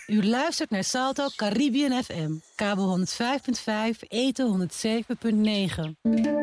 U luistert naar Salto Caribbean FM, kabel 105.5, eten 107.9.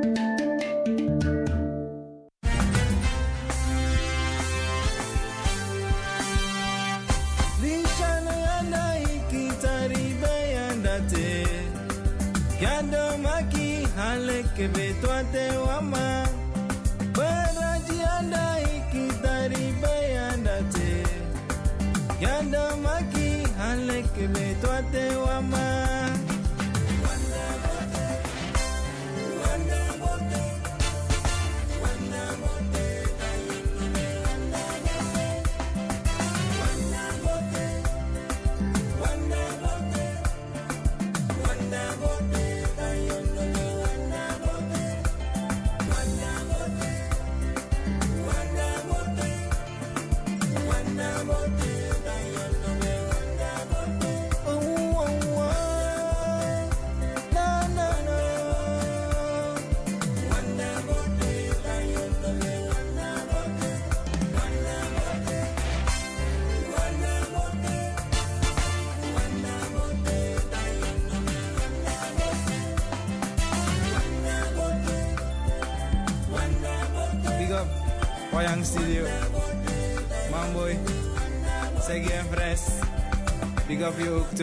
Wayang Studio, Mamboy, Segi en Fres, big up je ook toe.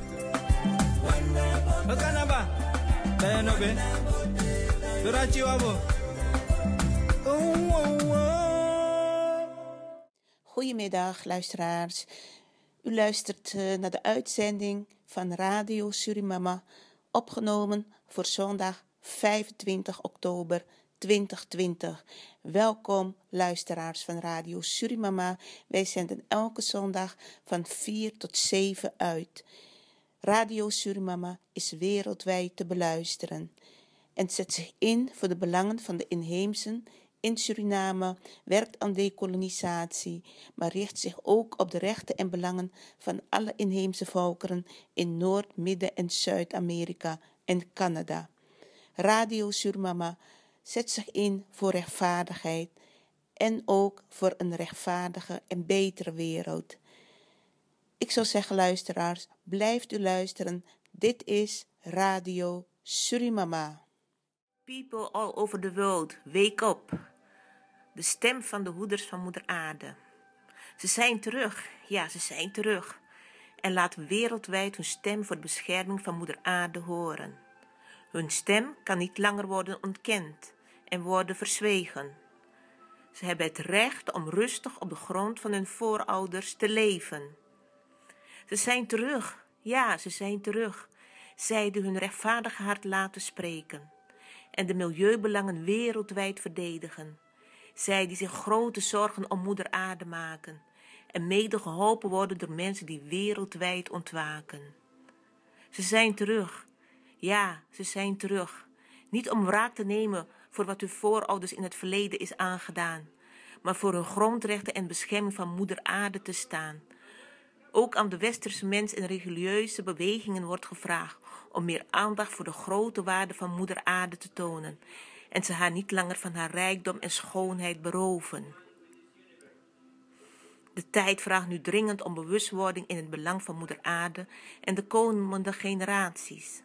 Wat kan dat ba? Ben je nog bij? Doratje wabo. Goedemiddag luisteraars. U luistert naar de uitzending van Radio Surimama, opgenomen voor zondag 25 oktober 2020. Welkom luisteraars van Radio Surimama. Wij zenden elke zondag van 4 tot 7 uit. Radio Surimama is wereldwijd te beluisteren en zet zich in voor de belangen van de inheemsen in Suriname, werkt aan dekolonisatie, maar richt zich ook op de rechten en belangen van alle inheemse volkeren in Noord-, Midden- en Zuid-Amerika en Canada. Radio Surimama zet zich in voor rechtvaardigheid en ook voor een rechtvaardige en betere wereld. Ik zou zeggen, luisteraars, blijft u luisteren. Dit is Radio Surimama. People all over the world, wake up. De stem van de hoeders van Moeder Aarde. Ze zijn terug, ja, ze zijn terug. En laten wereldwijd hun stem voor de bescherming van Moeder Aarde horen. Hun stem kan niet langer worden ontkend en worden verzwegen. Ze hebben het recht om rustig op de grond van hun voorouders te leven. Ze zijn terug, ja, ze zijn terug. Zij die hun rechtvaardige hart laten spreken en de milieubelangen wereldwijd verdedigen. Zij die zich grote zorgen om Moeder Aarde maken en mede geholpen worden door mensen die wereldwijd ontwaken. Ze zijn terug. Ja, ze zijn terug. Niet om wraak te nemen voor wat hun voorouders in het verleden is aangedaan, maar voor hun grondrechten en bescherming van Moeder Aarde te staan. Ook aan de westerse mens en religieuze bewegingen wordt gevraagd om meer aandacht voor de grote waarde van Moeder Aarde te tonen en ze haar niet langer van haar rijkdom en schoonheid beroven. De tijd vraagt nu dringend om bewustwording in het belang van Moeder Aarde en de komende generaties.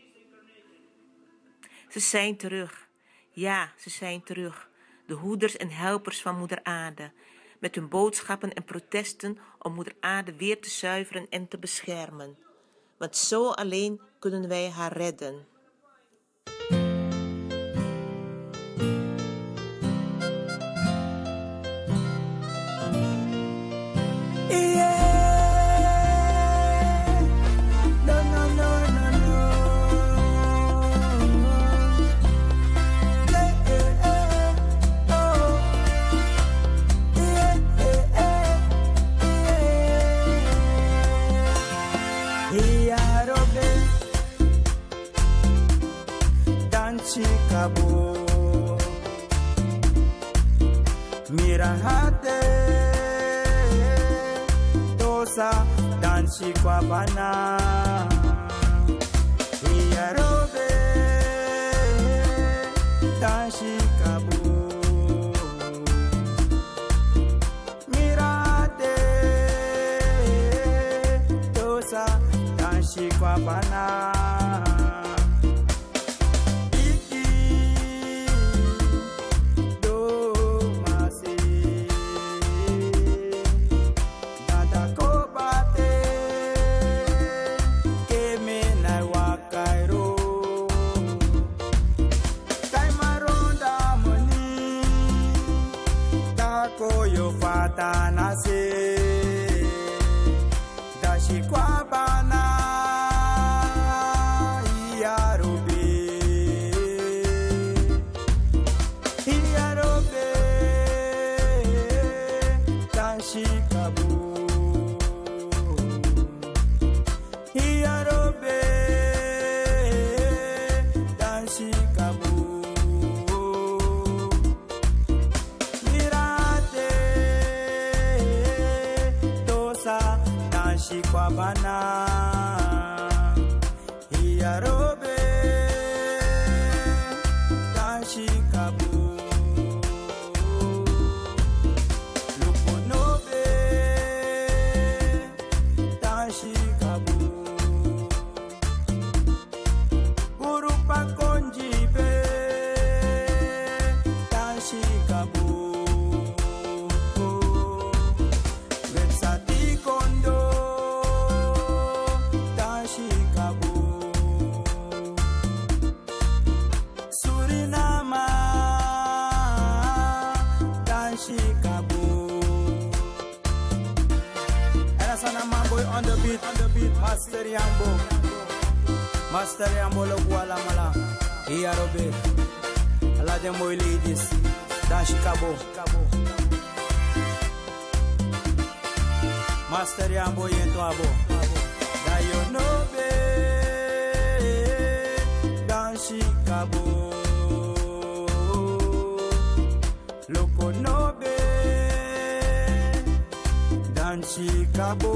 Ze zijn terug. Ja, ze zijn terug. De hoeders en helpers van Moeder Aarde, met hun boodschappen en protesten om Moeder Aarde weer te zuiveren en te beschermen. Want zo alleen kunnen wij haar redden. Chicago, Mirahate, Tosa, Danchi Kwabana, Iarobe, Danchi Kabu, Mirahate, dansi kwa bana. Iki do masi dada ko bate keme na wakairo kai maronda moni tako yo fata nase dashi kwa bana iarobe dashi kabu iarobe dashi kabu mirate dosa dashi kwa bana iarobe dashi kabu lukonobe dashi kabu urupa konjibe dashi kabu versati kondo dashi kabu Surinama dashi kabu. Era sana mamboy on the beat, Master Yambo lo kuala mala. Iarobe, ala de moy ladies, dashi kabu. Master Yambo yento abo. Da yo no be dashi kabu. Loko no be dashi kabu.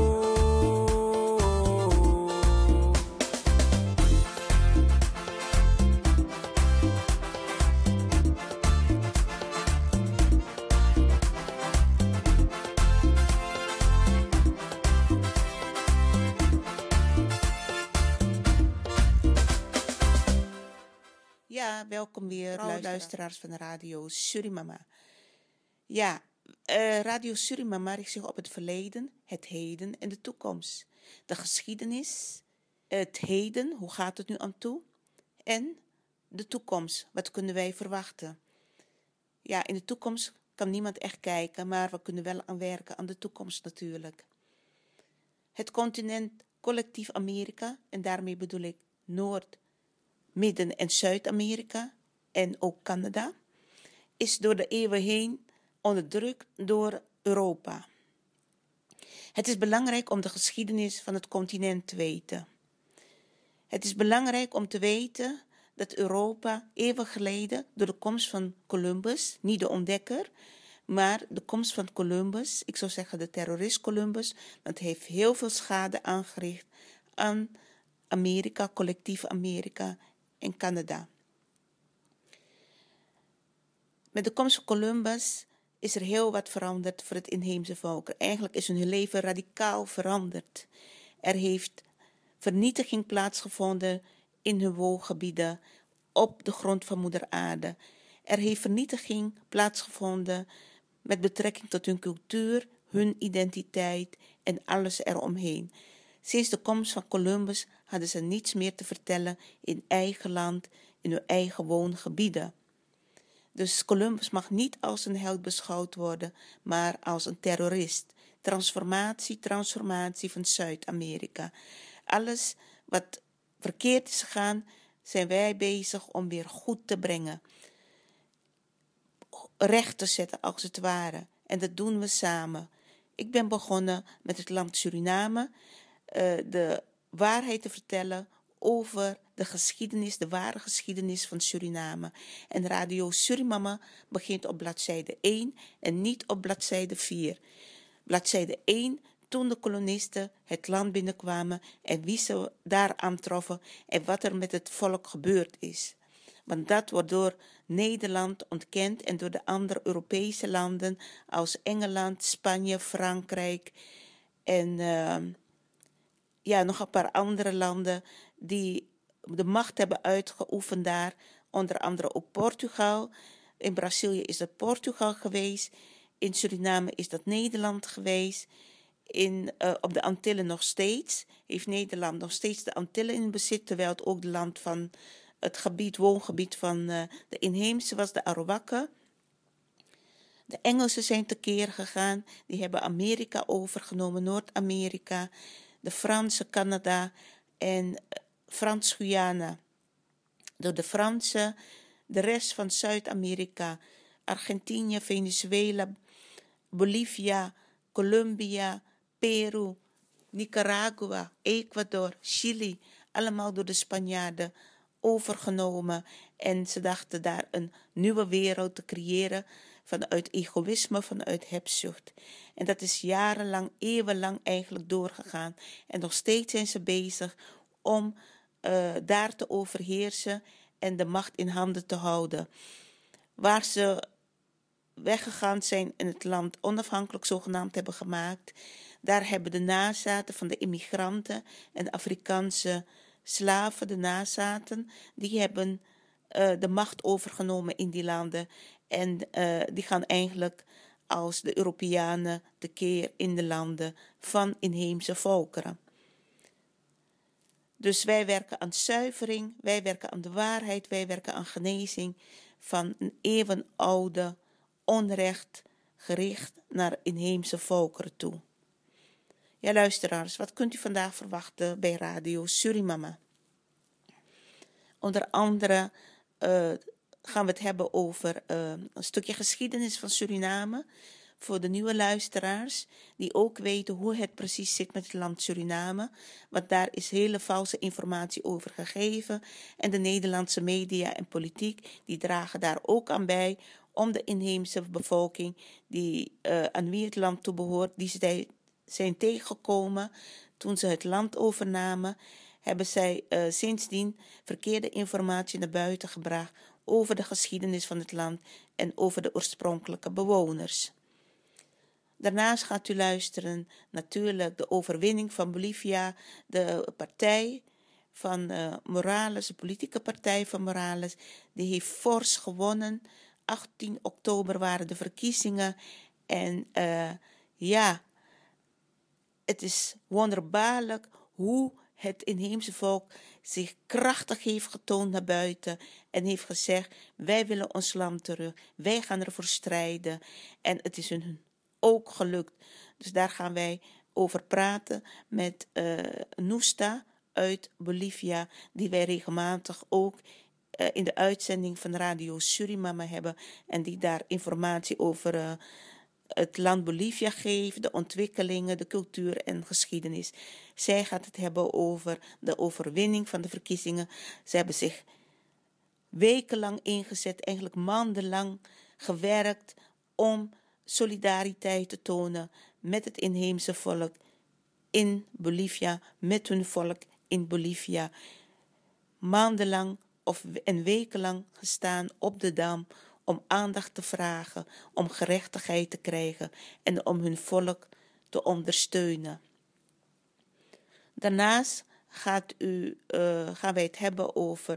Ja, welkom weer, luisteraars van Radio Surimama. Ja, Radio Surimama richt zich op het verleden, het heden en de toekomst. De geschiedenis, het heden, hoe gaat het nu aan toe? En de toekomst, wat kunnen wij verwachten? Ja, in de toekomst kan niemand echt kijken, maar we kunnen wel aan werken aan de toekomst natuurlijk. Het continent collectief Amerika, en daarmee bedoel ik Noord, Midden- en Zuid-Amerika en ook Canada, is door de eeuwen heen onderdrukt door Europa. Het is belangrijk om de geschiedenis van het continent te weten. Het is belangrijk om te weten dat Europa eeuwen geleden door de komst van Columbus, niet de ontdekker, maar de komst van Columbus, ik zou zeggen de terrorist Columbus, dat heeft heel veel schade aangericht aan Amerika, collectief Amerika en Canada. Met de komst van Columbus is er heel wat veranderd voor het inheemse volk. Eigenlijk is hun leven radicaal veranderd. Er heeft vernietiging plaatsgevonden in hun woongebieden op de grond van moeder aarde. Er heeft vernietiging plaatsgevonden met betrekking tot hun cultuur, hun identiteit en alles eromheen. Sinds de komst van Columbus hadden ze niets meer te vertellen in eigen land, in hun eigen woongebieden. Dus Columbus mag niet als een held beschouwd worden, maar als een terrorist. Transformatie van Zuid-Amerika. Alles wat verkeerd is gegaan, zijn wij bezig om weer goed te brengen. Recht te zetten, als het ware. En dat doen we samen. Ik ben begonnen met het land Suriname de waarheid te vertellen over de geschiedenis, de ware geschiedenis van Suriname. En Radio Surimama begint op bladzijde 1 en niet op bladzijde 4. Bladzijde 1, toen de kolonisten het land binnenkwamen en wie ze daar aantroffen en wat er met het volk gebeurd is. Want dat wordt door Nederland ontkend en door de andere Europese landen als Engeland, Spanje, Frankrijk en nog een paar andere landen die de macht hebben uitgeoefend daar. Onder andere ook Portugal. In Brazilië is dat Portugal geweest. In Suriname is dat Nederland geweest. Op de Antillen nog steeds. Heeft Nederland nog steeds de Antillen in bezit. Terwijl het ook het woongebied van de inheemse was, de Arawakken. De Engelsen zijn tekeer gegaan. Die hebben Amerika overgenomen, Noord-Amerika. De Fransen, Canada en Frans-Guyana. Door de Fransen, de rest van Zuid-Amerika, Argentinië, Venezuela, Bolivia, Colombia, Peru, Nicaragua, Ecuador, Chili, allemaal door de Spanjaarden overgenomen. En ze dachten daar een nieuwe wereld te creëren vanuit egoïsme, vanuit hebzucht. En dat is jarenlang, eeuwenlang eigenlijk doorgegaan. En nog steeds zijn ze bezig om daar te overheersen en de macht in handen te houden. Waar ze weggegaan zijn en het land onafhankelijk zogenaamd hebben gemaakt, daar hebben de nazaten van de immigranten en Afrikaanse slaven, de nazaten, die hebben de macht overgenomen in die landen. En die gaan eigenlijk als de Europeanen tekeer in de landen van inheemse volkeren. Dus wij werken aan zuivering, wij werken aan de waarheid, wij werken aan genezing van een eeuwenoude onrecht gericht naar inheemse volkeren toe. Ja, luisteraars, wat kunt u vandaag verwachten bij Radio Surimama? Onder andere gaan we het hebben over een stukje geschiedenis van Suriname. Voor de nieuwe luisteraars die ook weten hoe het precies zit met het land Suriname. Want daar is hele valse informatie over gegeven. En de Nederlandse media en politiek die dragen daar ook aan bij om de inheemse bevolking aan wie het land toebehoort, die zij zijn tegengekomen toen ze het land overnamen, hebben zij sindsdien verkeerde informatie naar buiten gebracht over de geschiedenis van het land en over de oorspronkelijke bewoners. Daarnaast gaat u luisteren natuurlijk de overwinning van Bolivia, de partij van Morales, de politieke partij van Morales, die heeft fors gewonnen. 18 oktober waren de verkiezingen en het is wonderbaarlijk hoe het inheemse volk zich krachtig heeft getoond naar buiten en heeft gezegd, wij willen ons land terug, wij gaan ervoor strijden en het is hun ook gelukt. Dus daar gaan wij over praten met Nusta uit Bolivia, die wij regelmatig ook in de uitzending van Radio Surimama hebben en die daar informatie over het land Bolivia geven, de ontwikkelingen, de cultuur en geschiedenis. Zij gaat het hebben over de overwinning van de verkiezingen. Ze hebben zich wekenlang ingezet, eigenlijk maandenlang gewerkt om solidariteit te tonen met het inheemse volk in Bolivia, met hun volk in Bolivia. Maandenlang en wekenlang gestaan op de Dam om aandacht te vragen, om gerechtigheid te krijgen en om hun volk te ondersteunen. Daarnaast gaan wij het hebben over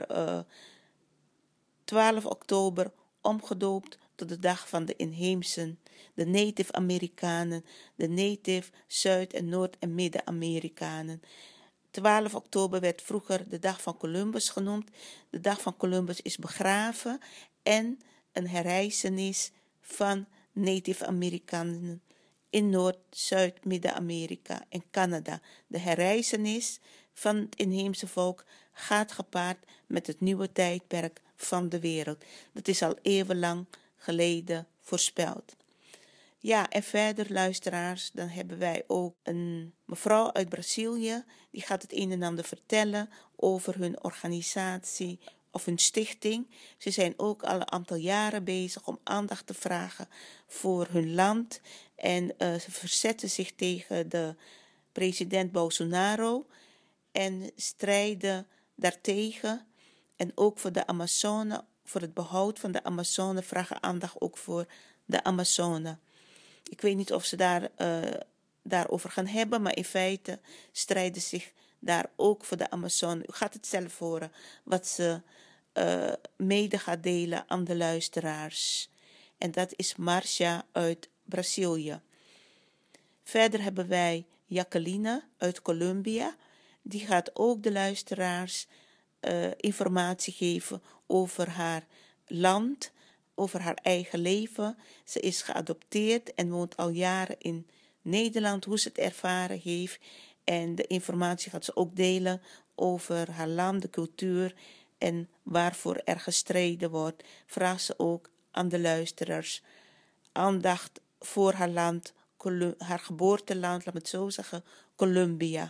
12 oktober, omgedoopt tot de dag van de inheemsen, de Native Amerikanen, de Native Zuid- en Noord- en Midden-Amerikanen. 12 oktober werd vroeger de dag van Columbus genoemd. De dag van Columbus is begraven en een herrijzenis van Native Amerikanen in Noord-, Zuid-, Midden-Amerika en Canada. De herrijzenis van het inheemse volk gaat gepaard met het nieuwe tijdperk van de wereld. Dat is al eeuwenlang geleden voorspeld. Ja, en verder luisteraars, dan hebben wij ook een mevrouw uit Brazilië, die gaat het een en ander vertellen over hun organisatie of hun stichting. Ze zijn ook al een aantal jaren bezig om aandacht te vragen voor hun land. En ze verzetten zich tegen de president Bolsonaro en strijden daartegen. En ook voor de Amazone, voor het behoud van de Amazone, vragen aandacht ook voor de Amazone. Ik weet niet of ze daar daarover gaan hebben, maar in feite strijden zich daar ook voor de Amazone. U gaat het zelf horen wat ze mede gaat delen aan de luisteraars. En dat is Marcia uit Brazilië. Verder hebben wij Jacqueline uit Colombia. Die gaat ook de luisteraars informatie geven over haar land, over haar eigen leven. Ze is geadopteerd en woont al jaren in Nederland, hoe ze het ervaren heeft. En de informatie gaat ze ook delen over haar land, de cultuur en waarvoor er gestreden wordt. Vraagt ze ook aan de luisteraars aandacht voor haar land, haar geboorteland, laat me het zo zeggen, Colombia.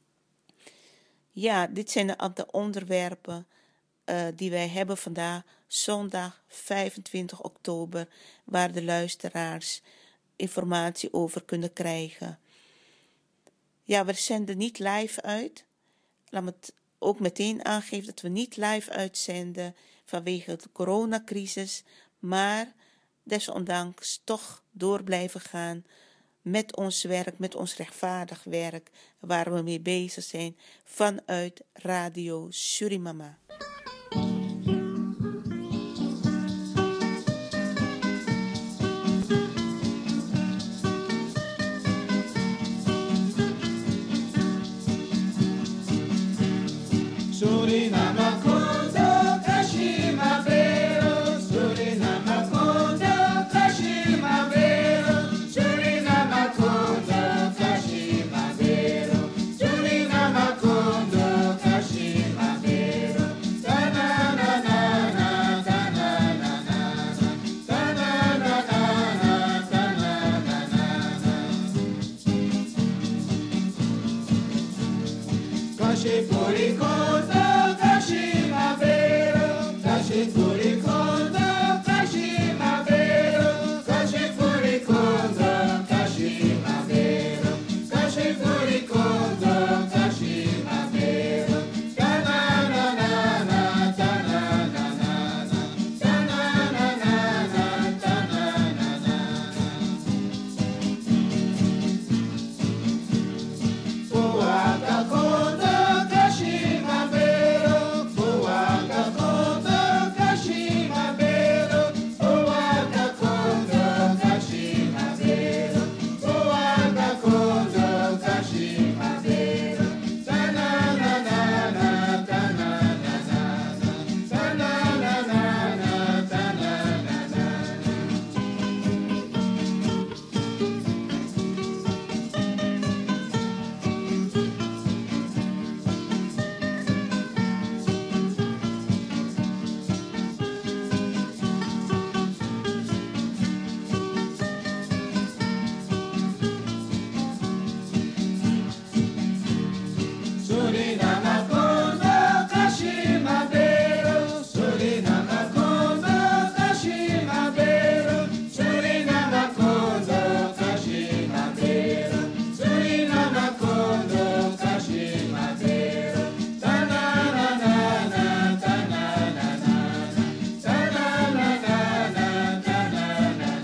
Ja, dit zijn een aantal onderwerpen die wij hebben vandaag, zondag 25 oktober, waar de luisteraars informatie over kunnen krijgen. Ja, we zenden niet live uit. Laat me het ook meteen aangeven dat we niet live uitzenden vanwege de coronacrisis, maar desondanks toch door blijven gaan met ons werk, met ons rechtvaardig werk, waar we mee bezig zijn vanuit Radio Surimama. Suriname kondo kashima bero, Suriname kondo kashima bero, Suriname kondo kashima bero, Suriname kondo kashima bero. Ta na na na na, ta na na na, ta na na na, ta na na na. Kashipuri kondo kashima bero, kashipuri kondo kashima bero, kashipuri kondo kashima bero, kashipuri kondo kashima bero. Ta na na na na, ta na na na, ta na na na, ta na na na. Fuaka kondo kashima bero, fuaka kondo kashima bero, fuaka kondo kashima bero, fuaka kondo kashima bero. Ta na na na na, ta na na na, ta na na na, ta na na na. Suriname kondo kashima bero, Suriname kondo kashima bero, Suriname kondo kashima bero, Suriname kondo kashima bero. Ta na na na na, ta na na na, ta na na na, ta na na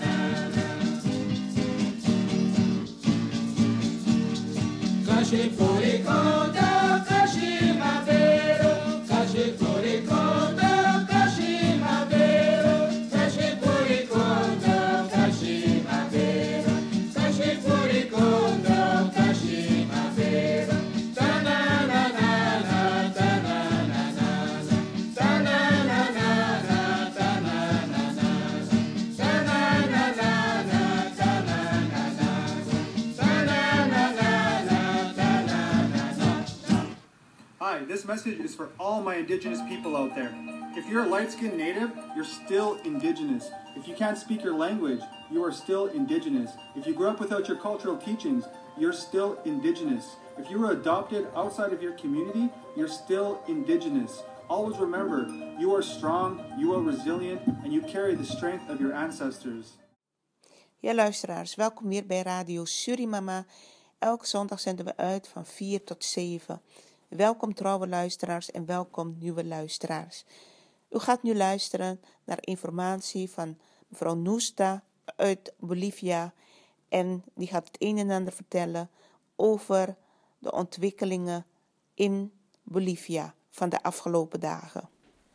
na. Kashipuri kondo kashima bero, kashipuri kondo kashima bero, kashipuri kondo kashima bero, kashipuri kondo kashima bero. Ta na na na na, ta na na na, ta na na na, ta na na na, ta na na na, ta na na na, ta na na na, ta na na. Hi, this message is for all my indigenous people out there. If you're a light-skinned native, you're still indigenous. If you can't speak your language, you are still indigenous. If you grew up without your cultural teachings, you're still indigenous. If you were adopted outside of your community, you're still indigenous. Always remember, you are strong, you are resilient, and you carry the strength of your ancestors. Ja, luisteraars, welkom weer bij Radio Surimama. Elke zondag zenden we uit van 4 tot 7. Welkom trouwe luisteraars en welkom nieuwe luisteraars. U gaat nu luisteren naar informatie van mevrouw Nusta uit Bolivia En die gaat het een en ander vertellen over de ontwikkelingen in Bolivia van de afgelopen dagen.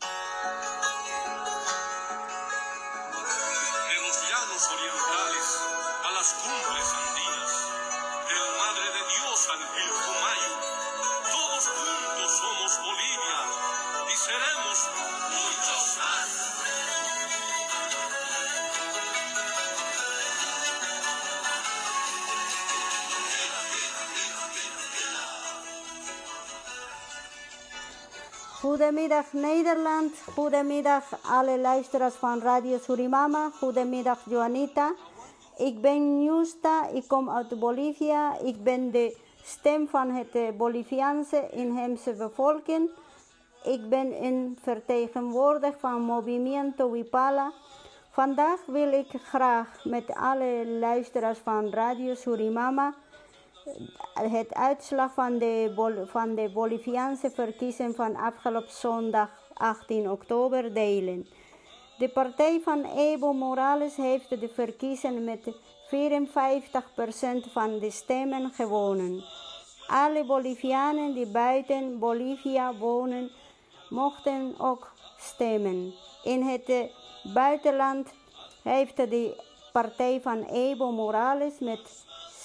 Goedemiddag Nederland, goedemiddag alle luisteraars van Radio Surimama, goedemiddag Joanita. Ik ben Justa, ik kom uit Bolivia, ik ben de stem van het Boliviaanse inheemse bevolking. Ik ben een vertegenwoordiger van Movimiento Wipala. Vandaag wil ik graag met alle luisteraars van Radio Surimama het uitslag van de Boliviaanse verkiezingen van afgelopen zondag 18 oktober delen. De partij van Evo Morales heeft de verkiezingen met 54% van de stemmen gewonnen. Alle Bolivianen die buiten Bolivia wonen, mochten ook stemmen. In het buitenland heeft de partij van Evo Morales met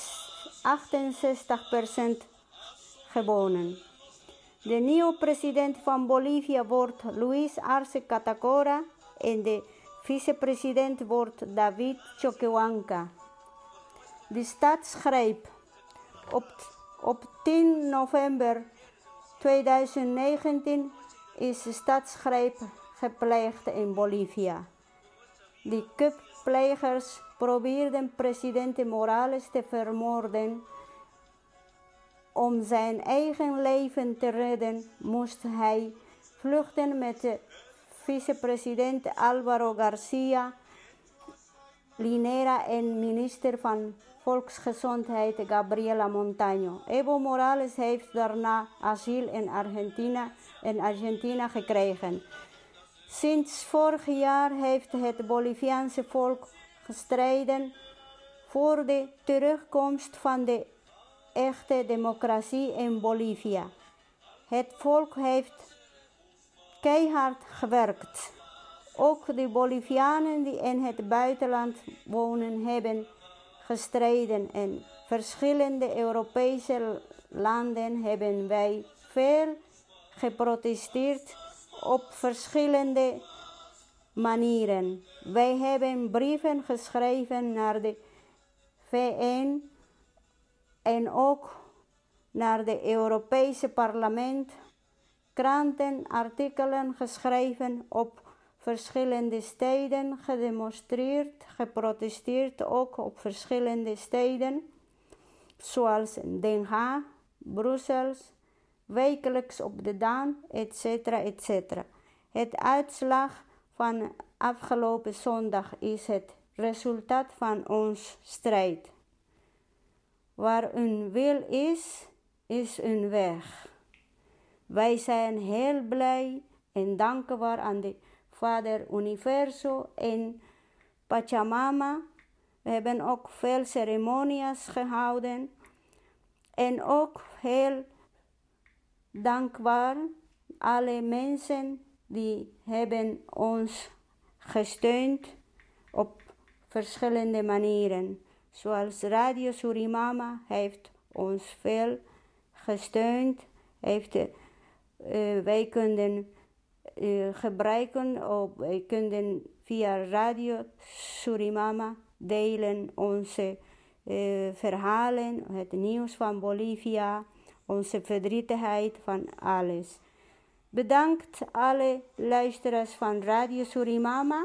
68% gewonnen. De nieuwe president van Bolivia wordt Luis Arce Catacora en de vicepresident wordt David Choquehuanca. De staatsgreep op 10 november 2019 is de staatsgreep gepleegd in Bolivia. De kupplegers probeerden president Morales te vermoorden. Om zijn eigen leven te redden moest hij vluchten met de vicepresident Álvaro García Linera en minister van Volksgezondheid Gabriela Montaño. Evo Morales heeft daarna asiel in Argentina gekregen. Sinds vorig jaar heeft het Boliviaanse volk gestreden voor de terugkomst van de echte democratie in Bolivia. Het volk heeft keihard gewerkt. Ook de Bolivianen die in het buitenland wonen hebben gestreden. In verschillende Europese landen hebben wij veel geprotesteerd op verschillende manieren. Wij hebben brieven geschreven naar de VN en ook naar het Europese parlement, krantenartikelen geschreven op verschillende steden, gedemonstreerd, geprotesteerd ook op verschillende steden, zoals Den Haag, Brussel, wekelijks op de Dam, etc. etc. Het uitslag van afgelopen zondag is het resultaat van ons strijd. Waar een wil is, is een weg. Wij zijn heel blij en dankbaar aan de Vader Universo en Pachamama. We hebben ook veel ceremonies gehouden. En ook heel dankbaar alle mensen die hebben ons gesteund op verschillende manieren. Zoals Radio Surimama heeft ons veel gesteund. Wij konden gebruiken, wij konden via Radio Surimama delen onze verhalen, het nieuws van Bolivia, onze verdrietigheid van alles. Bedankt alle luisteraars van Radio Surimama.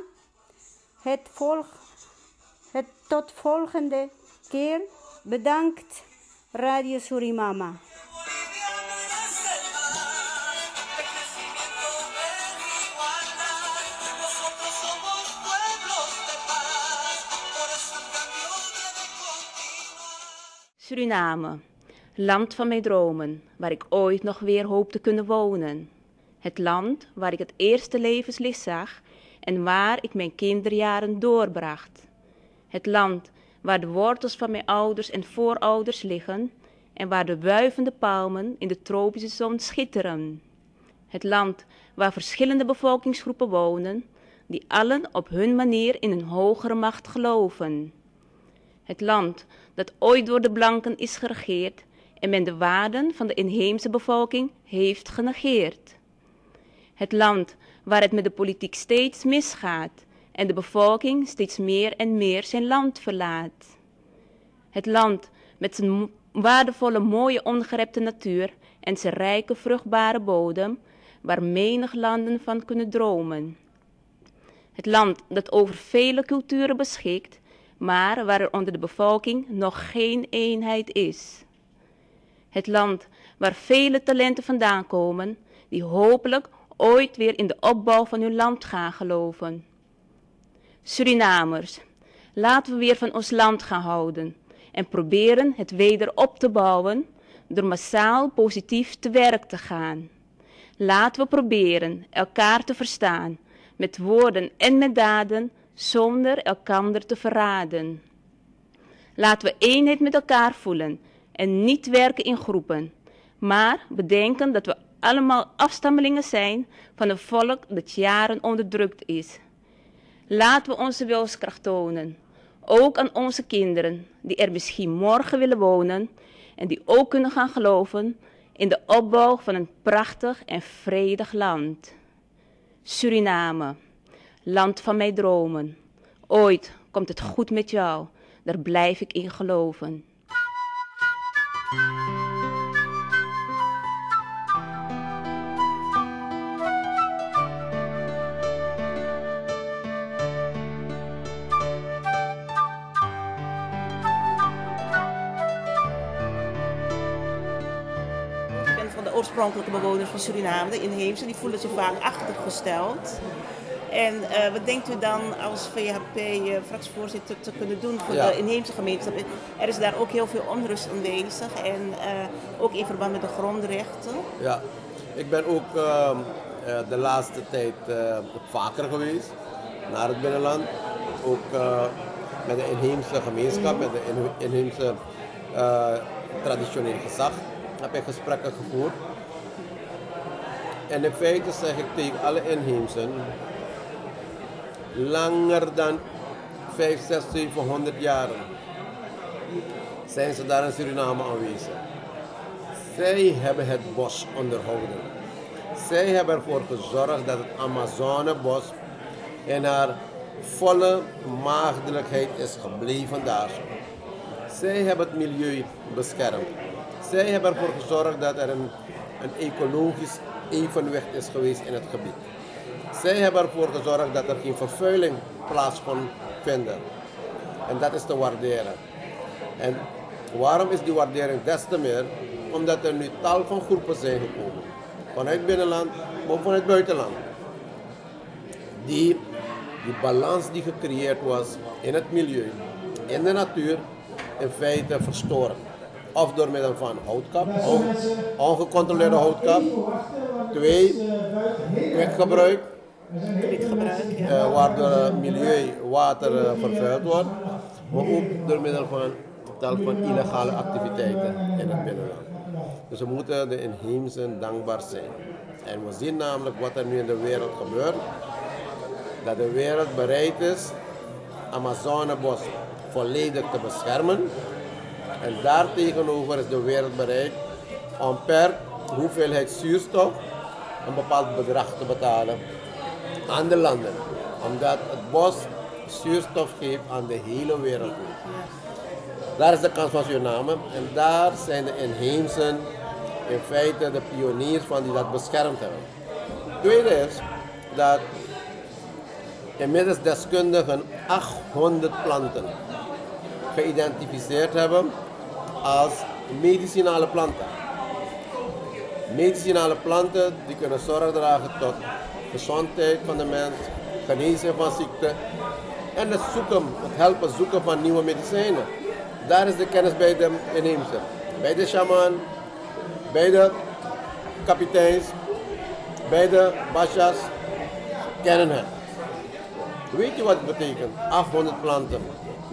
Tot volgende keer. Bedankt Radio Surimama. Suriname, land van mijn dromen, waar ik ooit nog weer hoop te kunnen wonen. Het land waar ik het eerste levenslicht zag en waar ik mijn kinderjaren doorbracht. Het land waar de wortels van mijn ouders en voorouders liggen en waar de wuivende palmen in de tropische zon schitteren. Het land waar verschillende bevolkingsgroepen wonen, die allen op hun manier in een hogere macht geloven. Het land dat ooit door de blanken is geregeerd en men de waarden van de inheemse bevolking heeft genegeerd. Het land waar het met de politiek steeds misgaat en de bevolking steeds meer en meer zijn land verlaat. Het land met zijn waardevolle, mooie, ongerepte natuur en zijn rijke, vruchtbare bodem, waar menig landen van kunnen dromen. Het land dat over vele culturen beschikt, maar waar er onder de bevolking nog geen eenheid is. Het land waar vele talenten vandaan komen, die hopelijk ooit weer in de opbouw van hun land gaan geloven. Surinamers, laten we weer van ons land gaan houden en proberen het weder op te bouwen door massaal positief te werk te gaan. Laten we proberen elkaar te verstaan, met woorden en met daden, zonder elkander te verraden. Laten we eenheid met elkaar voelen en niet werken in groepen, maar bedenken dat we allemaal afstammelingen zijn van een volk dat jaren onderdrukt is. Laten we onze wilskracht tonen, ook aan onze kinderen, die er misschien morgen willen wonen en die ook kunnen gaan geloven in de opbouw van een prachtig en vredig land. Suriname, land van mijn dromen. Ooit komt het goed met jou, daar blijf ik in geloven. Oorspronkelijke bewoners van Suriname, de inheemse, die voelen zich vaak achtergesteld. En wat denkt u dan als VHP-fractievoorzitter te kunnen doen voor de inheemse gemeenschap? Er is daar ook heel veel onrust aanwezig en ook in verband met de grondrechten. Ja, ik ben ook de laatste tijd vaker geweest naar het binnenland. Ook met de inheemse gemeenschap, met de inheemse traditioneel gezag heb ik gesprekken gevoerd. En in feite zeg ik tegen alle inheemsen, langer dan 500, 600, 700 jaren zijn ze daar in Suriname aanwezig. Zij hebben het bos onderhouden. Zij hebben ervoor gezorgd dat het Amazonebos in haar volle maagdelijkheid is gebleven daar. Zij hebben het milieu beschermd. Zij hebben ervoor gezorgd dat er een ecologisch evenwicht is geweest in het gebied. Zij hebben ervoor gezorgd dat er geen vervuiling plaats kon vinden. En dat is te waarderen. En waarom is die waardering des te meer? Omdat er nu tal van groepen zijn gekomen. Vanuit binnenland, maar ook vanuit buitenland. Die balans die gecreëerd was in het milieu, in de natuur, in feite verstoren. Of door middel van houtkap, ongecontroleerde houtkap. 2, kwikgebruik, waardoor het milieu, water vervuild wordt. Maar ook door middel van tal van illegale activiteiten in het binnenland. Dus we moeten de inheemsen dankbaar zijn. En we zien namelijk wat er nu in de wereld gebeurt. Dat de wereld bereid is Amazonebos volledig te beschermen. En daartegenover is de wereld bereid om per hoeveelheid zuurstof een bepaald bedrag te betalen aan de landen. Omdat het bos zuurstof geeft aan de hele wereld. Daar is de kans van Suriname en daar zijn de inheemsen in feite de pioniers van die dat beschermd hebben. Het tweede is dat inmiddels deskundigen 800 planten geïdentificeerd hebben als medicinale planten. Medicinale planten die kunnen zorg dragen tot gezondheid van de mens, genezing van ziekte en het helpen zoeken van nieuwe medicijnen. Daar is de kennis bij de inheemse, bij de shaman, bij de kapiteins, bij de bashas, kennen het. Weet je wat het betekent? 800 planten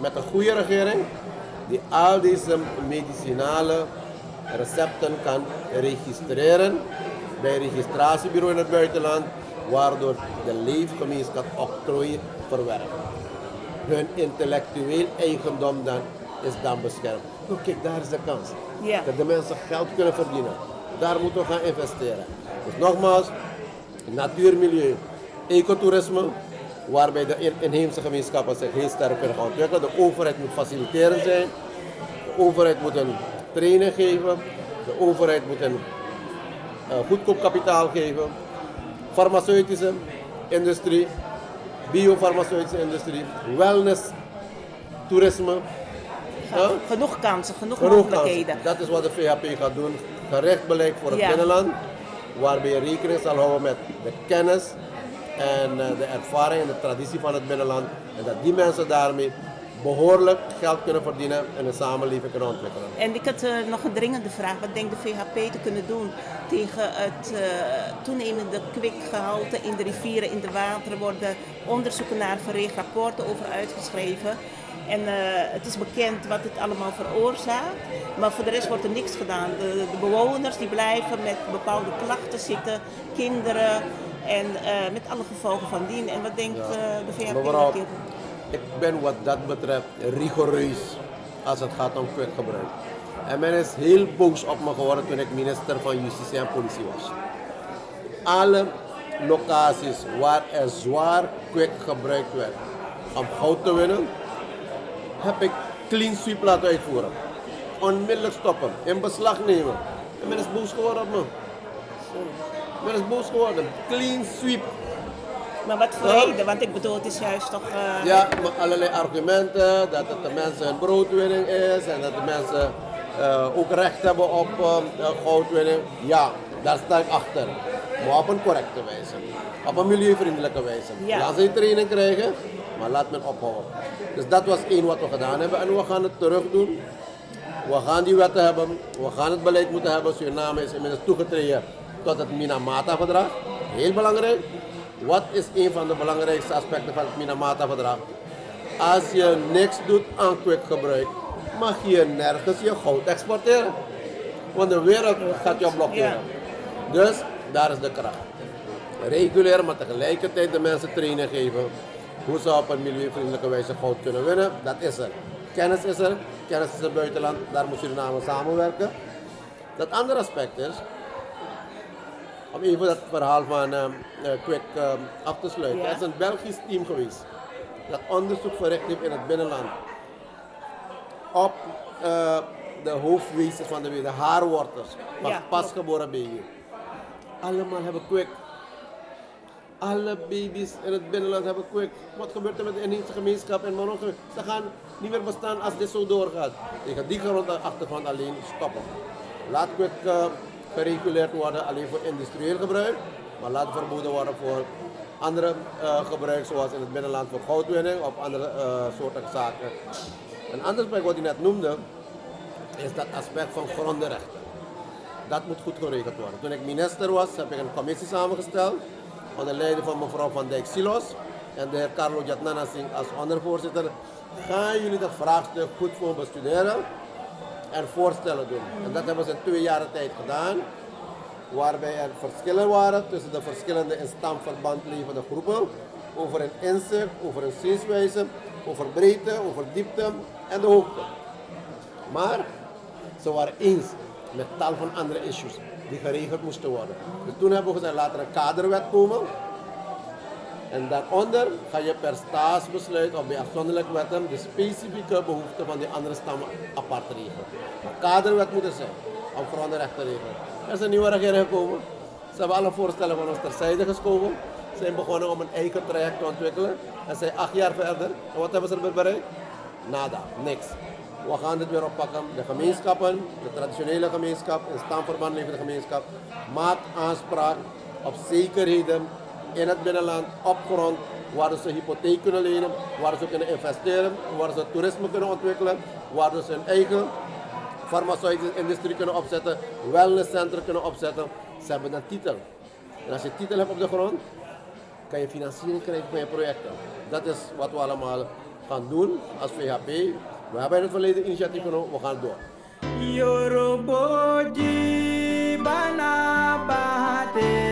met een goede regering die al deze medicinale recepten kan registreren bij een registratiebureau in het buitenland, waardoor de leefgemeenschap octrooi verwerft. Hun intellectueel eigendom is dan beschermd. Nou, kijk, daar is de kans. Ja. Dat de mensen geld kunnen verdienen. Daar moeten we gaan investeren. Dus nogmaals, natuurmilieu, ecotourisme, waarbij de inheemse gemeenschappen zich heel sterk kunnen gaan ontwikkelen. De overheid moet faciliterend zijn. De overheid moet een training geven. De overheid moet een goedkoop kapitaal geven. Farmaceutische industrie, biofarmaceutische industrie, wellness, toerisme. Genoeg kansen, genoeg mogelijkheden. Kansen. Dat is wat de VHP gaat doen. Gericht beleid voor het binnenland, waarbij je rekening zal houden met de kennis en de ervaring en de traditie van het binnenland. En dat die mensen daarmee behoorlijk geld kunnen verdienen en een samenleving kunnen ontwikkelen. En ik had nog een dringende vraag. Wat denkt de VHP te kunnen doen tegen het toenemende kwikgehalte in de rivieren, in de wateren? Worden onderzoeken naar verricht, rapporten over uitgeschreven. En het is bekend wat het allemaal veroorzaakt. Maar voor de rest wordt er niks gedaan. De bewoners die blijven met bepaalde klachten zitten, kinderen en met alle gevolgen van dien. En wat denkt de VHP? Mevrouw, ik ben wat dat betreft rigoureus als het gaat om kwikgebruik. En men is heel boos op me geworden toen ik minister van Justitie en Politie was. Alle locaties waar er zwaar kwik gebruikt werd om goud te winnen, heb ik clean sweep laten uitvoeren. Onmiddellijk stoppen, in beslag nemen. En men is boos geworden op me. Men is boos geworden. Clean sweep. Maar wat voor reden? Want ik bedoel, het is juist toch... Ja, maar allerlei argumenten, dat het de mensen een broodwinning is en dat de mensen ook recht hebben op goudwinning. Ja, daar sta ik achter. Maar op een correcte wijze. Op een milieuvriendelijke wijze. Ja. Laat ze training krijgen, maar laat men ophouden. Dus dat was één wat we gedaan hebben en we gaan het terug doen. We gaan die wetten hebben, we gaan het beleid moeten hebben. Suriname is inmiddels toegetreden tot het Minamata-verdrag. Heel belangrijk. Wat is een van de belangrijkste aspecten van het Minamata-verdrag? Als je niks doet aan kwikgebruik, mag je nergens je goud exporteren. Want de wereld gaat je blokkeren. Ja. Dus daar is de kracht. Reguleren, maar tegelijkertijd de mensen training geven hoe ze op een milieuvriendelijke wijze goud kunnen winnen. Dat is er. Kennis is er. Kennis is er buitenland. Daar moet Suriname samenwerken. Dat andere aspect is, om even dat verhaal van kwik af te sluiten. Er is een Belgisch team geweest dat onderzoek verricht heeft in het binnenland op de hoofdweefsels van de baby, de haarwortels van pasgeboren baby. Allemaal hebben kwik. Alle baby's in het binnenland hebben kwik. Wat gebeurt er met de inheemse gemeenschap in Marokko? Ze gaan niet meer bestaan als dit zo doorgaat. Tegen die achtergrond alleen stoppen. Laat kwik gereguleerd worden alleen voor industrieel gebruik, maar laat het verboden worden voor andere gebruik, zoals in het binnenland voor goudwinning of andere soorten zaken. Een ander aspect wat u net noemde, is dat aspect van grondrechten. Dat moet goed geregeld worden. Toen ik minister was, heb ik een commissie samengesteld onder leiding van mevrouw Van Dijk-Silos en de heer Carlo Jatnana Singh als ondervoorzitter. Gaan jullie dat vraagstuk goed voor bestuderen en voorstellen doen. En dat hebben ze in 2 jaar tijd gedaan, waarbij er verschillen waren tussen de verschillende in stamverband levende groepen, over een inzicht, over een zienswijze, over breedte, over diepte en de hoogte. Maar ze waren eens met tal van andere issues die geregeld moesten worden. Dus toen hebben we gezegd, laat er een kaderwet komen. En daaronder ga je per staatsbesluit of bij afzonderlijke wetten de specifieke behoeften van die andere stammen apart regelen. Maar kaderwet moet er zijn om grondrechten te regelen. Er is een nieuwe regering gekomen. Ze hebben alle voorstellen van ons terzijde geschoven. Ze zijn begonnen om een eigen traject te ontwikkelen. En zijn 8 jaar verder. En wat hebben ze erbij bereikt? Nada, niks. We gaan dit weer oppakken. De gemeenschappen, de traditionele gemeenschap, in stamverband levende gemeenschap, maakt aanspraak op zekerheden in het binnenland, op grond, waar ze hypotheek kunnen lenen, waar ze kunnen investeren, waar ze toerisme kunnen ontwikkelen, waar ze hun eigen farmaceutische industrie kunnen opzetten, wellnesscentra kunnen opzetten. Ze hebben een titel. En als je titel hebt op de grond, kan je financiering krijgen van je projecten. Dat is wat we allemaal gaan doen als VHP. We hebben in het verleden initiatief genomen, we gaan door. Yoroboji bana bahate.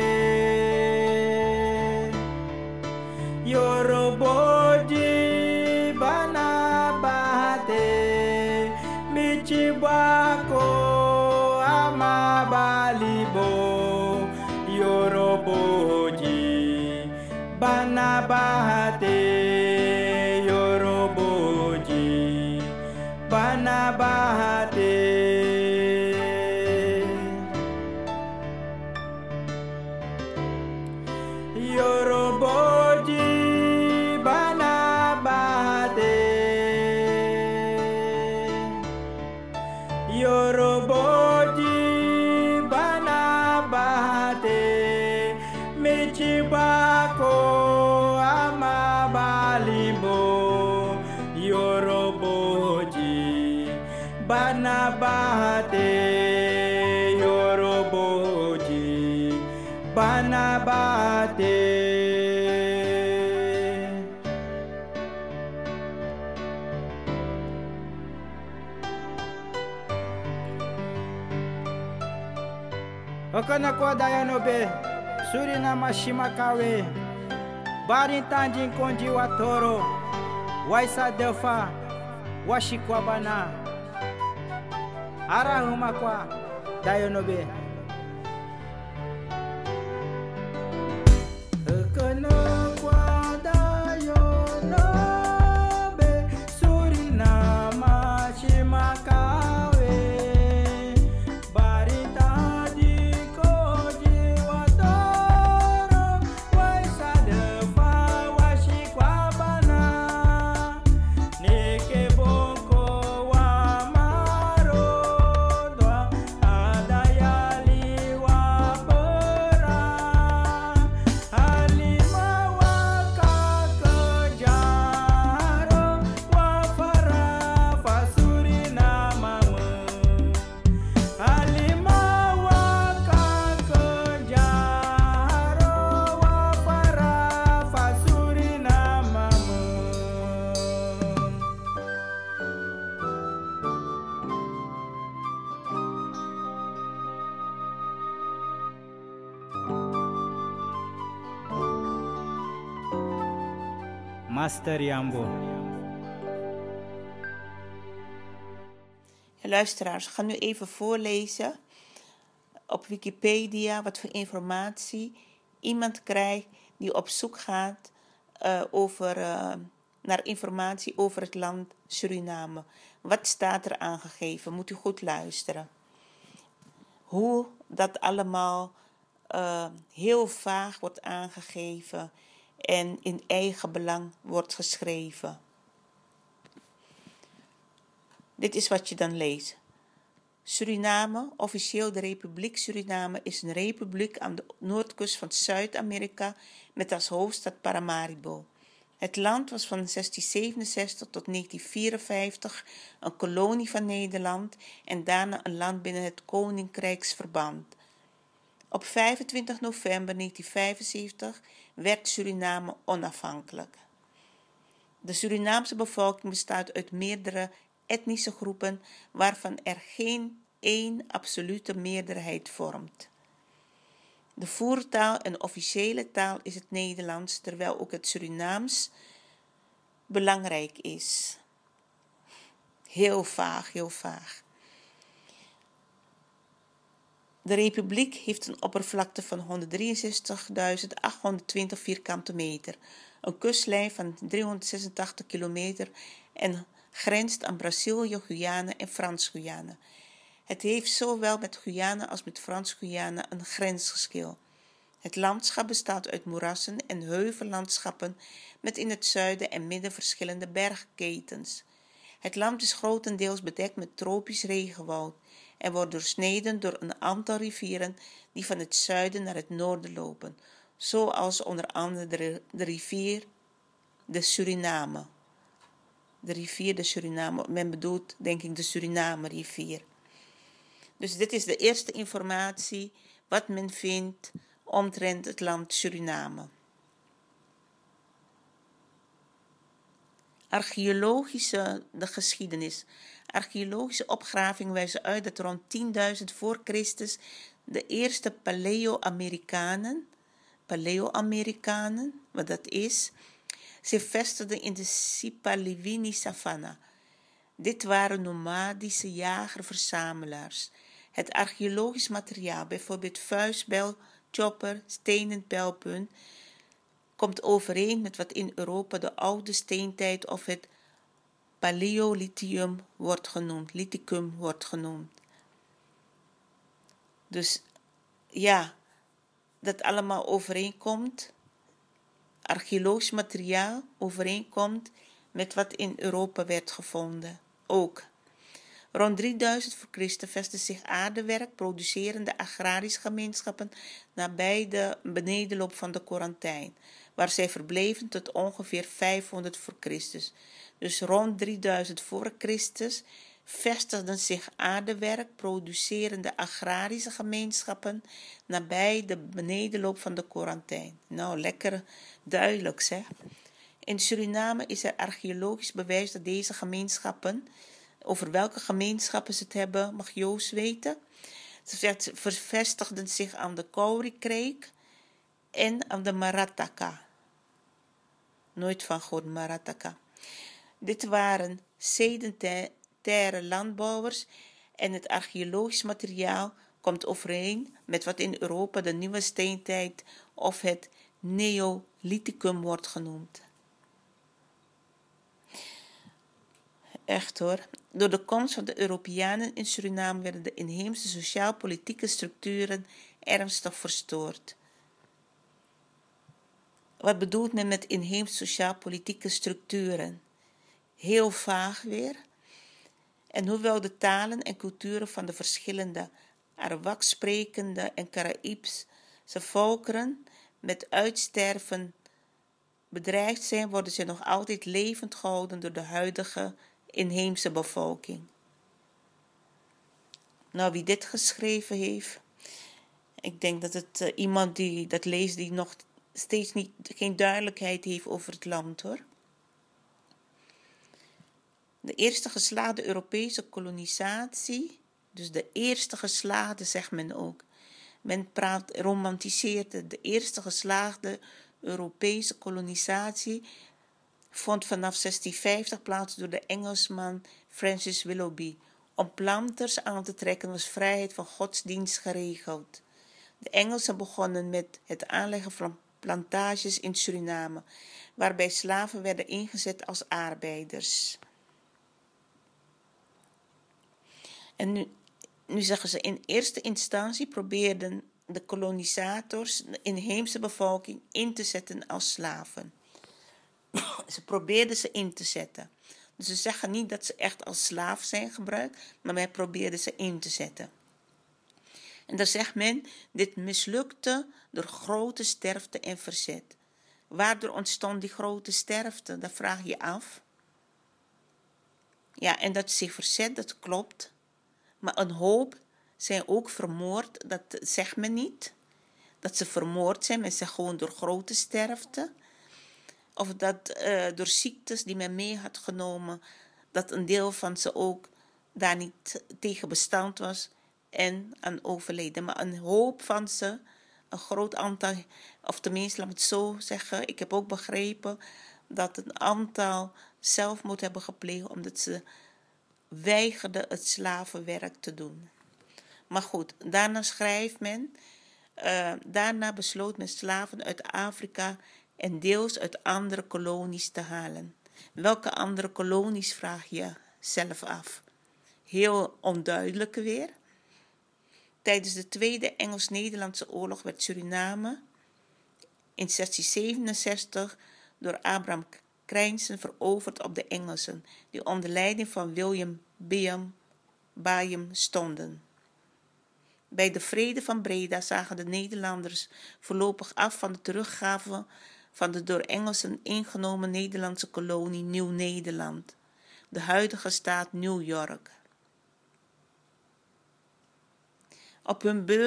Yoroboji bana bahate. Michibako amabalibo. Yoroboji bana bahate. Yoroboji bana bahate. Yoroboji bana bahate. Yoroboji bana bahate. Michibako amabalibo. Yoroboji bana bahate. Yoroboji bana bahate. Okana kwa dayanobe Suriname shimakawe Barintanjin konji watoro Waisa delfa Washikwabana Arahuma kwa dayanobe Okana kwa dayanobe Suriname shimakawe Master Jambo. Luisteraars, we gaan nu even voorlezen op Wikipedia wat voor informatie iemand krijgt die op zoek gaat naar informatie over het land Suriname. Wat staat er aangegeven? Moet u goed luisteren. Hoe dat allemaal heel vaag wordt aangegeven en in eigen belang wordt geschreven. Dit is wat je dan leest. Suriname, officieel de Republiek Suriname, is een republiek aan de noordkust van Zuid-Amerika met als hoofdstad Paramaribo. Het land was van 1667 tot 1954 een kolonie van Nederland en daarna een land binnen het Koninkrijksverband. Op 25 november 1975 werd Suriname onafhankelijk. De Surinaamse bevolking bestaat uit meerdere etnische groepen waarvan er geen één absolute meerderheid vormt. De voertaal en officiële taal is het Nederlands, terwijl ook het Surinaams belangrijk is. Heel vaag, heel vaag. De republiek heeft een oppervlakte van 163.820 vierkante meter, een kustlijn van 386 kilometer en grenst aan Brazilië, Guyana en Frans-Guyana. Het heeft zowel met Guyana als met Frans-Guyana een grensgeschil. Het landschap bestaat uit moerassen en heuvellandschappen met in het zuiden en midden verschillende bergketens. Het land is grotendeels bedekt met tropisch regenwoud en wordt doorsneden door een aantal rivieren die van het zuiden naar het noorden lopen, zoals onder andere de rivier de Suriname. De rivier de Suriname, men bedoelt denk ik de Suriname-rivier. Dus dit is de eerste informatie wat men vindt omtrent het land Suriname. De geschiedenis. Archeologische opgravingen wijzen uit dat rond 10.000 voor Christus de eerste Paleo-Amerikanen, wat dat is, zich vestigden in de Sipaliwini-savanna. Dit waren nomadische jager-verzamelaars. Het archeologisch materiaal, bijvoorbeeld vuistbijl, chopper, stenen pijlpunt, komt overeen met wat in Europa de oude steentijd of het Paleolithicum wordt genoemd. Dus ja, dat allemaal overeenkomt, archeologisch materiaal overeenkomt met wat in Europa werd gevonden. Ook. Rond 3000 voor Christus vestigden zich aardewerk producerende agrarische gemeenschappen nabij de benedenloop van de Corentin, waar zij verbleven tot ongeveer 500 voor Christus. Dus rond 3000 voor Christus vestigden zich aardewerk producerende agrarische gemeenschappen nabij de benedenloop van de Corentin. Nou, lekker duidelijk zeg. In Suriname is er archeologisch bewijs dat deze gemeenschappen, over welke gemeenschappen ze het hebben, mag Joost weten. Ze vestigden zich aan de Kauri-kreek en aan de Marataka. Nooit van gehoord, Marataka. Dit waren sedentaire landbouwers en het archeologisch materiaal komt overeen met wat in Europa de nieuwe steentijd of het Neolithicum wordt genoemd. Echt hoor. Door de komst van de Europeanen in Suriname werden de inheemse sociaal-politieke structuren ernstig verstoord. Wat bedoelt men met inheemse sociaal-politieke structuren? Heel vaag weer. En hoewel de talen en culturen van de verschillende Arawak sprekende en Caraïbse volkeren met uitsterven bedreigd zijn, worden ze nog altijd levend gehouden door de huidige inheemse bevolking. Nou, wie dit geschreven heeft, ik denk dat het iemand die dat leest die nog steeds geen duidelijkheid heeft over het land hoor. De eerste geslaagde Europese kolonisatie, dus de eerste geslaagde zegt men ook. Men romantiseert de eerste geslaagde Europese kolonisatie vond vanaf 1650 plaats door de Engelsman Francis Willoughby. Om planters aan te trekken was vrijheid van godsdienst geregeld. De Engelsen begonnen met het aanleggen van plantages in Suriname, waarbij slaven werden ingezet als arbeiders. En nu zeggen ze, in eerste instantie probeerden de kolonisators de inheemse bevolking in te zetten als slaven. Ze probeerden ze in te zetten. Dus ze zeggen niet dat ze echt als slaaf zijn gebruikt, maar men probeerde ze in te zetten. En dan zegt men, dit mislukte door grote sterfte en verzet. Waardoor ontstond die grote sterfte? Dat vraag je af. Ja, en dat zich verzet, dat klopt. Maar een hoop zijn ook vermoord, dat zegt men niet. Dat ze vermoord zijn, men zegt gewoon door grote sterfte. Of dat door ziektes die men mee had genomen, dat een deel van ze ook daar niet tegen bestand was en aan overleden. Maar een hoop van ze, een groot aantal, of tenminste laat me het zo zeggen, ik heb ook begrepen dat een aantal zelfmoord hebben gepleegd omdat ze weigerden het slavenwerk te doen. Maar goed, daarna schrijft men, daarna besloot men slaven uit Afrika en deels uit andere kolonies te halen. Welke andere kolonies vraag je zelf af? Heel onduidelijk weer. Tijdens de Tweede Engels-Nederlandse Oorlog werd Suriname in 1667 door Abraham Crijnsen veroverd op de Engelsen, die onder leiding van William Byam stonden. Bij de Vrede van Breda zagen de Nederlanders voorlopig af van de teruggave van de door Engelsen ingenomen Nederlandse kolonie Nieuw-Nederland, de huidige staat New York. Op hun beurt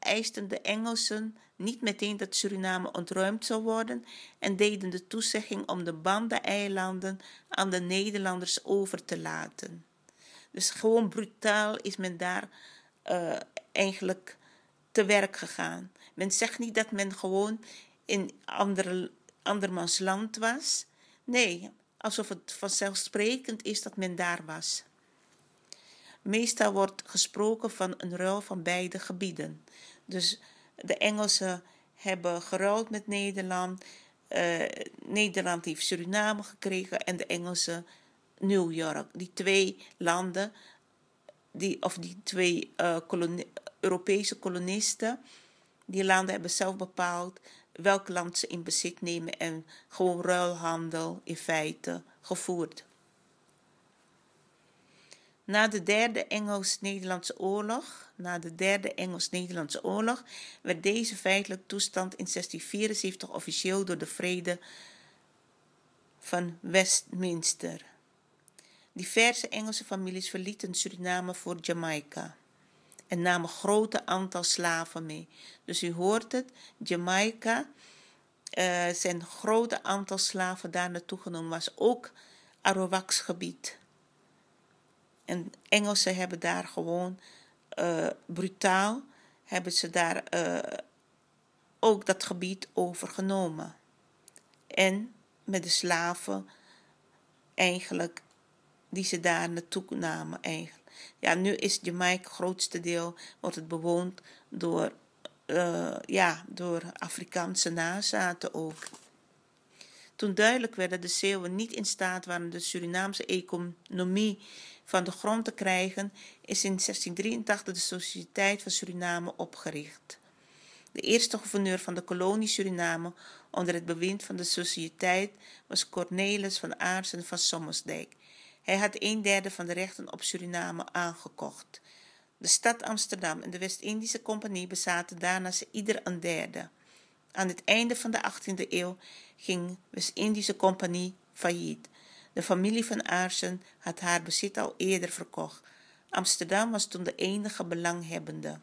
eisten de Engelsen niet meteen dat Suriname ontruimd zou worden en deden de toezegging om de Banda-eilanden aan de Nederlanders over te laten. Dus gewoon brutaal is men daar eigenlijk te werk gegaan. Men zegt niet dat men gewoon in andermans land was. Nee, alsof het vanzelfsprekend is dat men daar was. Meestal wordt gesproken van een ruil van beide gebieden. Dus de Engelsen hebben geruild met Nederland. Nederland heeft Suriname gekregen en de Engelsen New York. Die twee landen, die twee Europese kolonisten, die landen hebben zelf bepaald welk land ze in bezit nemen en gewoon ruilhandel in feite gevoerd. Na de derde Engels-Nederlandse oorlog werd deze feitelijk toestand in 1674 officieel door de Vrede van Westminster. Diverse Engelse families verlieten Suriname voor Jamaica en namen grote aantal slaven mee. Dus u hoort het, Jamaica, zijn een grote aantal slaven daar naartoe genomen, was ook Arawaks-gebied. En Engelsen hebben daar gewoon brutaal, hebben ze daar ook dat gebied overgenomen. En met de slaven eigenlijk die ze daar naartoe namen eigenlijk. Ja, nu is Jamaica het grootste deel, wordt het bewoond door Afrikaanse nazaten ook. Toen duidelijk werd dat de Zeeuwen niet in staat waren de Surinaamse economie van de grond te krijgen, is in 1683 de Sociëteit van Suriname opgericht. De eerste gouverneur van de kolonie Suriname onder het bewind van de Sociëteit was Cornelis van Aartsen van Sommersdijk. Hij had 1/3 van de rechten op Suriname aangekocht. De stad Amsterdam en de West-Indische Compagnie bezaten daarna ieder 1/3. Aan het einde van de 18e eeuw ging de West-Indische Compagnie failliet. De familie van Aartsen had haar bezit al eerder verkocht. Amsterdam was toen de enige belanghebbende.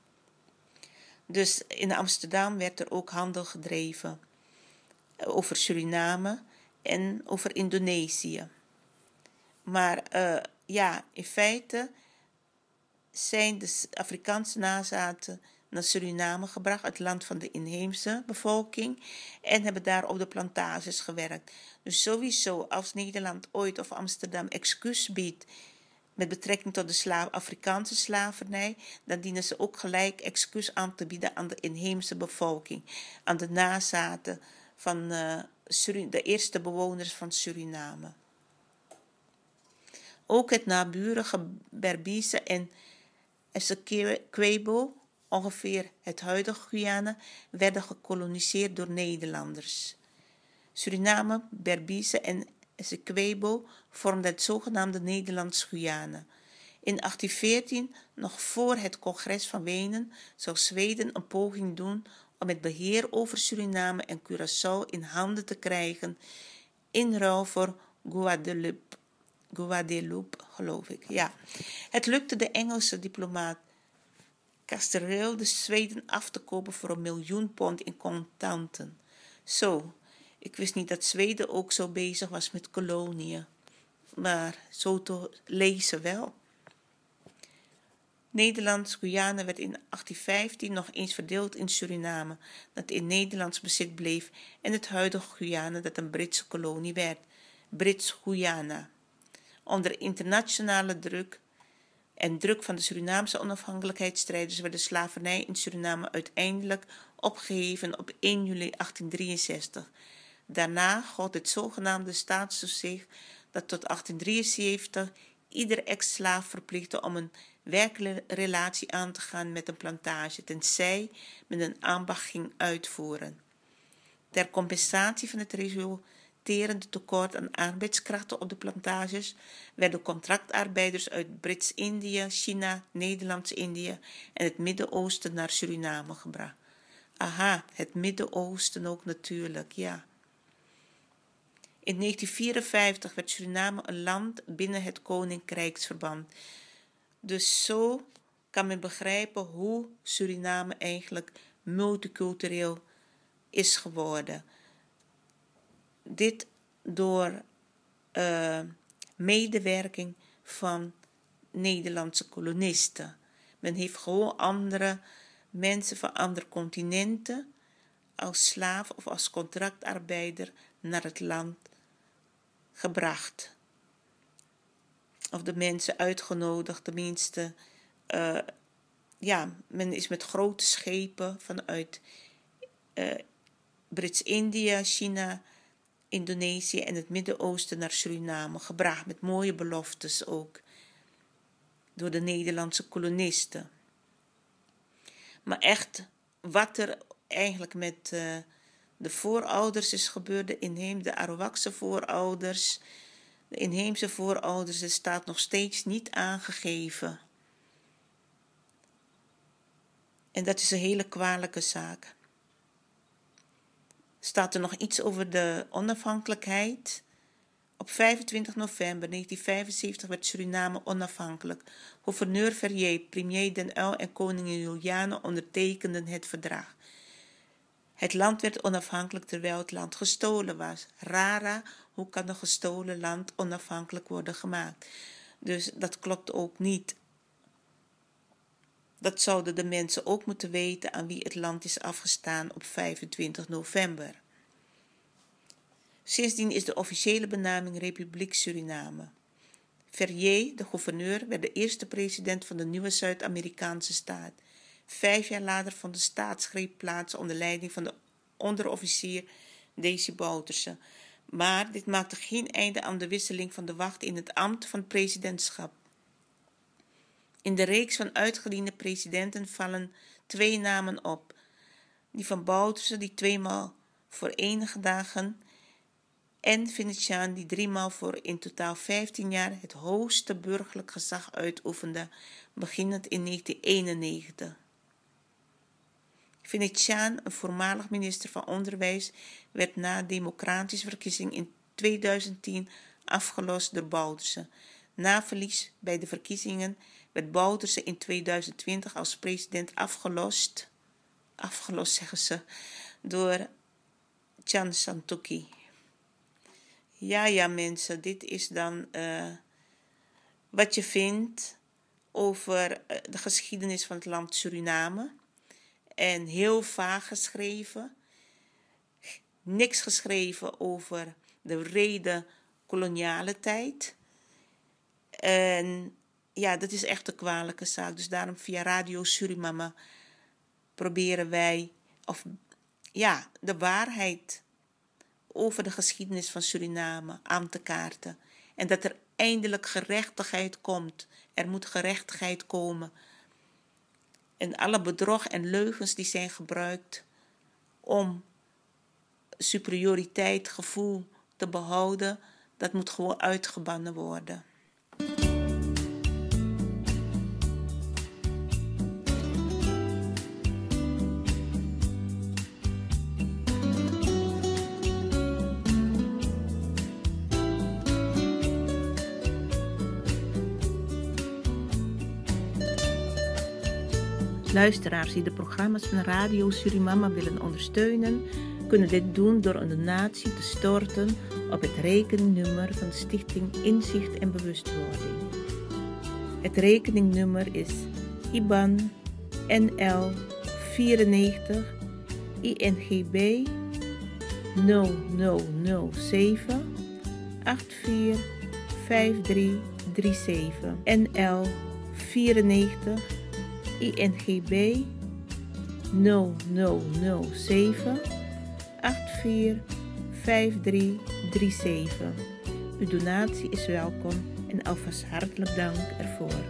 Dus in Amsterdam werd er ook handel gedreven over Suriname en over Indonesië. Maar in feite zijn de Afrikaanse nazaten naar Suriname gebracht, het land van de inheemse bevolking, en hebben daar op de plantages gewerkt. Dus sowieso, als Nederland ooit of Amsterdam excuus biedt met betrekking tot de Afrikaanse slavernij, dan dienen ze ook gelijk excuus aan te bieden aan de inheemse bevolking, aan de nazaten van de eerste bewoners van Suriname. Ook het naburige Berbice en Essequibo, ongeveer het huidige Guyana, werden gekoloniseerd door Nederlanders. Suriname, Berbice en Essequibo vormden het zogenaamde Nederlands-Guyana. In 1814, nog voor het congres van Wenen, zou Zweden een poging doen om het beheer over Suriname en Curaçao in handen te krijgen in ruil voor Guadeloupe, geloof ik. Ja. Het lukte de Engelse diplomaat Castlereagh de Zweden af te kopen voor £1 miljoen in contanten. Zo, ik wist niet dat Zweden ook zo bezig was met koloniën. Maar zo te lezen wel. Nederlands-Guyana werd in 1815 nog eens verdeeld in Suriname, dat in Nederlands bezit bleef, en het huidige Guyana, dat een Britse kolonie werd, Brits-Guyana. Onder internationale druk en druk van de Surinaamse onafhankelijkheidsstrijders werd de slavernij in Suriname uiteindelijk opgeheven op 1 juli 1863. Daarna gold het zogenaamde staatstoezicht dat tot 1873 ieder ex-slaaf verplichtte om een werkelijke relatie aan te gaan met een plantage, tenzij men een ambacht ging uitvoeren. Ter compensatie van het resulterende tekort aan arbeidskrachten op de plantages werden contractarbeiders uit Brits-Indië, China, Nederlands-Indië en het Midden-Oosten naar Suriname gebracht. Aha, het Midden-Oosten ook natuurlijk, ja. In 1954 werd Suriname een land binnen het Koninkrijksverband. Dus zo kan men begrijpen hoe Suriname eigenlijk multicultureel is geworden. Dit door medewerking van Nederlandse kolonisten. Men heeft gewoon andere mensen van andere continenten als slaaf of als contractarbeider naar het land gebracht. Of de mensen uitgenodigd, tenminste. Men is met grote schepen vanuit Brits-Indië, China, Indonesië en het Midden-Oosten naar Suriname gebracht. Met mooie beloftes ook. Door de Nederlandse kolonisten. Maar echt, wat er eigenlijk met de voorouders is gebeurd, de Arawakse voorouders, de inheemse voorouders, dat staat nog steeds niet aangegeven. En dat is een hele kwalijke zaak. Staat er nog iets over de onafhankelijkheid? Op 25 november 1975 werd Suriname onafhankelijk. Gouverneur Ferrier, premier Den Uyl en koningin Juliana ondertekenden het verdrag. Het land werd onafhankelijk terwijl het land gestolen was. Rara, hoe kan een gestolen land onafhankelijk worden gemaakt? Dus dat klopt ook niet. Dat zouden de mensen ook moeten weten aan wie het land is afgestaan op 25 november. Sindsdien is de officiële benaming Republiek Suriname. Ferrier, de gouverneur, werd de eerste president van de nieuwe Zuid-Amerikaanse staat. 5 jaar later vond de staatsgreep plaats onder leiding van de onderofficier Desi Bouterse. Maar dit maakte geen einde aan de wisseling van de wacht in het ambt van het presidentschap. In de reeks van uitgediende presidenten vallen 2 namen op. Die van Bouterse, die 2 maal voor enige dagen, en Venetiaan, die 3 maal voor in totaal 15 jaar het hoogste burgerlijk gezag uitoefende, beginnend in 1991. Venetiaan, een voormalig minister van Onderwijs, werd na democratische verkiezing in 2010 afgelost door Bouterse. Na verlies bij de verkiezingen werd Bouterse in 2020 als president afgelost zeggen ze, door Chan Santuki. Ja mensen, dit is dan wat je vindt over de geschiedenis van het land Suriname. En heel vaag geschreven. Niks geschreven over de reden koloniale tijd. En ja, dat is echt een kwalijke zaak. Dus daarom via Radio Surimama proberen wij de waarheid over de geschiedenis van Suriname aan te kaarten. En dat er eindelijk gerechtigheid komt. Er moet gerechtigheid komen. En alle bedrog en leugens die zijn gebruikt om superioriteitsgevoel te behouden, dat moet gewoon uitgebannen worden. Luisteraars die de programma's van Radio Surimama willen ondersteunen, kunnen dit doen door een donatie te storten op het rekeningnummer van de Stichting Inzicht en Bewustwording. Het rekeningnummer is IBAN NL 94 INGB 0007 845337 NL 94 INGB 0007 845337. Uw donatie is welkom en alvast hartelijk dank ervoor.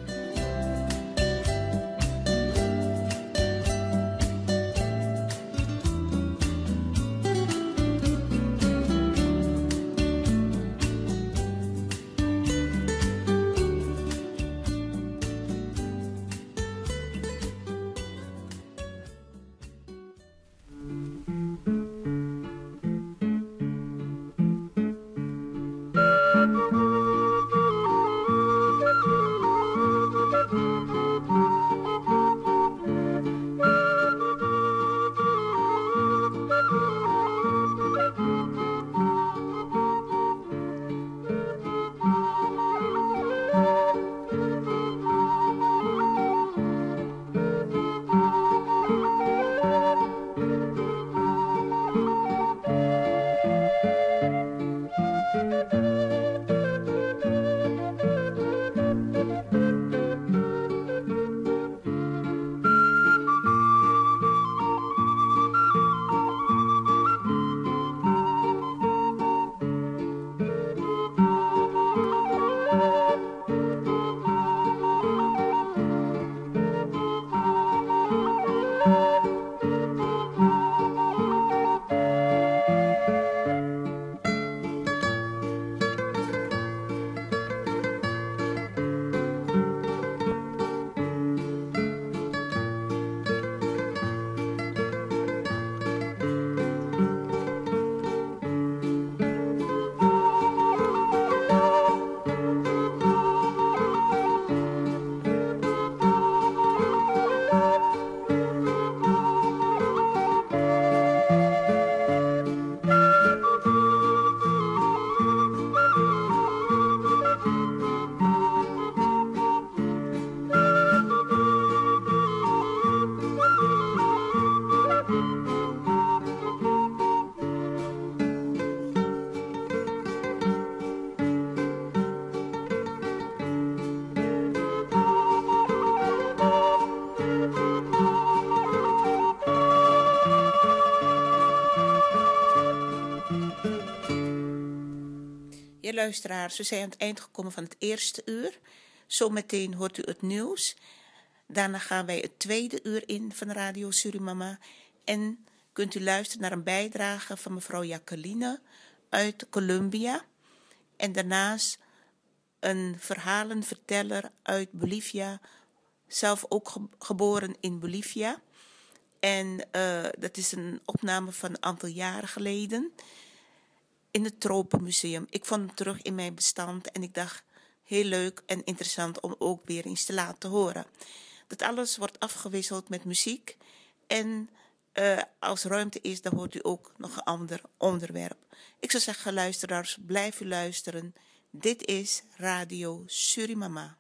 luisteraars, we zijn aan het eind gekomen van het eerste uur. Zometeen hoort u het nieuws. Daarna gaan wij het tweede uur in van Radio Surimama. En kunt u luisteren naar een bijdrage van mevrouw Jacqueline uit Colombia. En daarnaast een verhalenverteller uit Bolivia, zelf ook geboren in Bolivia. En dat is een opname van een aantal jaren geleden in het Tropenmuseum. Ik vond hem terug in mijn bestand en ik dacht, heel leuk en interessant om ook weer eens te laten horen. Dat alles wordt afgewisseld met muziek en als ruimte is, dan hoort u ook nog een ander onderwerp. Ik zou zeggen, luisteraars, blijf u luisteren. Dit is Radio Surimama.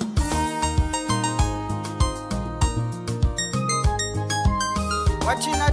Watching a